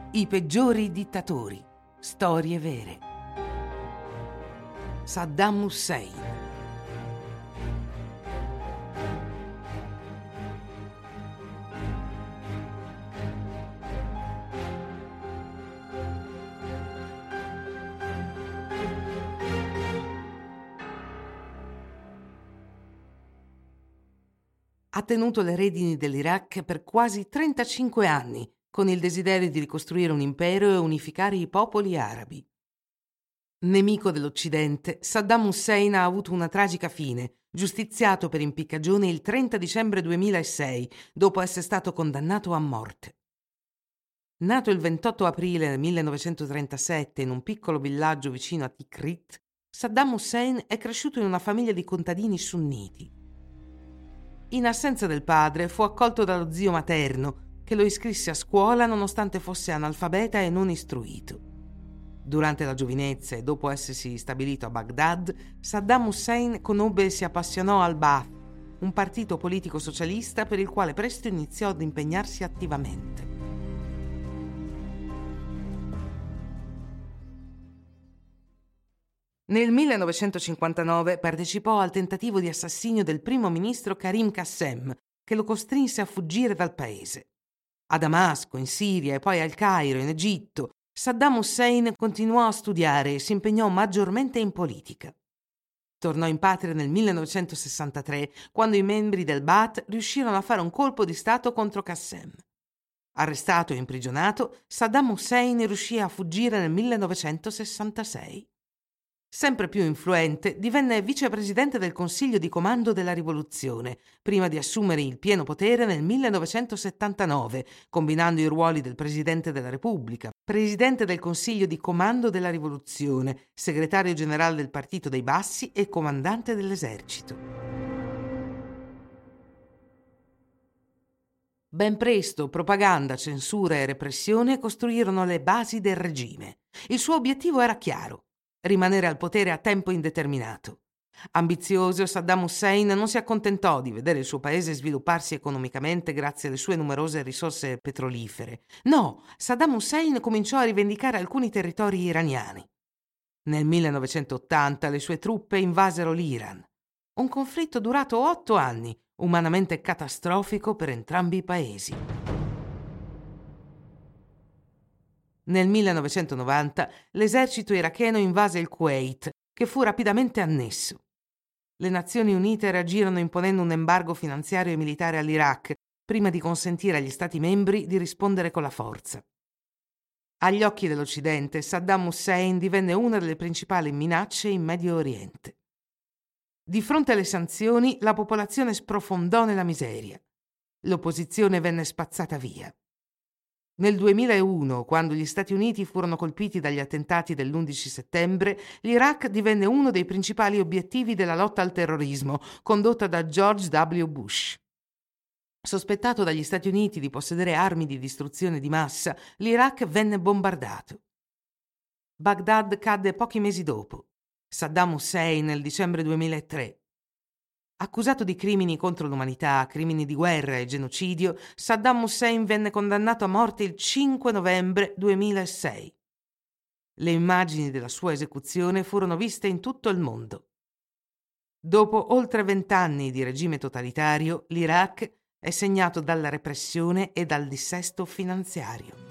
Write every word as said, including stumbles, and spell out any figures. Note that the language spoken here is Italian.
I peggiori dittatori. Storie vere. Saddam Hussein. Ha tenuto le redini dell'Iraq per quasi trentacinque anni, con il desiderio di ricostruire un impero e unificare i popoli arabi. Nemico dell'Occidente, Saddam Hussein ha avuto una tragica fine, giustiziato per impiccagione il trenta dicembre duemilasei, dopo essere stato condannato a morte. Nato il ventotto aprile millenovecentotrentasette in un piccolo villaggio vicino a Tikrit, Saddam Hussein è cresciuto in una famiglia di contadini sunniti. In assenza del padre, fu accolto dallo zio materno, che lo iscrisse a scuola nonostante fosse analfabeta e non istruito. Durante la giovinezza e dopo essersi stabilito a Baghdad, Saddam Hussein conobbe e si appassionò al Ba'ath, un partito politico socialista per il quale presto iniziò ad impegnarsi attivamente. Nel millenovecentocinquantanove partecipò al tentativo di assassinio del primo ministro Karim Qassem, che lo costrinse a fuggire dal paese. A Damasco, in Siria e poi al Cairo, in Egitto, Saddam Hussein continuò a studiare e si impegnò maggiormente in politica. Tornò in patria nel millenovecentosessantatré, quando i membri del Ba'ath riuscirono a fare un colpo di stato contro Qassem. Arrestato e imprigionato, Saddam Hussein riuscì a fuggire nel millenovecentosessantasei. Sempre più influente, divenne vicepresidente del Consiglio di Comando della Rivoluzione, prima di assumere il pieno potere nel millenovecentosettantanove, combinando i ruoli del Presidente della Repubblica, Presidente del Consiglio di Comando della Rivoluzione, Segretario Generale del Partito dei Bassi e Comandante dell'Esercito. Ben presto propaganda, censura e repressione costruirono le basi del regime. Il suo obiettivo era chiaro: rimanere al potere a tempo indeterminato. Ambizioso, Saddam Hussein non si accontentò di vedere il suo paese svilupparsi economicamente grazie alle sue numerose risorse petrolifere. No, Saddam Hussein cominciò a rivendicare alcuni territori iraniani. Nel millenovecentottanta le sue truppe invasero l'Iran. Un conflitto durato otto anni, umanamente catastrofico per entrambi i paesi. Nel millenovecentonovanta l'esercito iracheno invase il Kuwait, che fu rapidamente annesso. Le Nazioni Unite reagirono imponendo un embargo finanziario e militare all'Iraq, prima di consentire agli Stati membri di rispondere con la forza. Agli occhi dell'Occidente, Saddam Hussein divenne una delle principali minacce in Medio Oriente. Di fronte alle sanzioni, la popolazione sprofondò nella miseria. L'opposizione venne spazzata via. Nel duemilauno, quando gli Stati Uniti furono colpiti dagli attentati dell'undici settembre, l'Iraq divenne uno dei principali obiettivi della lotta al terrorismo, condotta da George W. Bush. Sospettato dagli Stati Uniti di possedere armi di distruzione di massa, l'Iraq venne bombardato. Baghdad cadde pochi mesi dopo. Saddam Hussein nel dicembre duemilatré. Accusato di crimini contro l'umanità, crimini di guerra e genocidio, Saddam Hussein venne condannato a morte il cinque novembre duemilasei. Le immagini della sua esecuzione furono viste in tutto il mondo. Dopo oltre vent'anni di regime totalitario, l'Iraq è segnato dalla repressione e dal dissesto finanziario.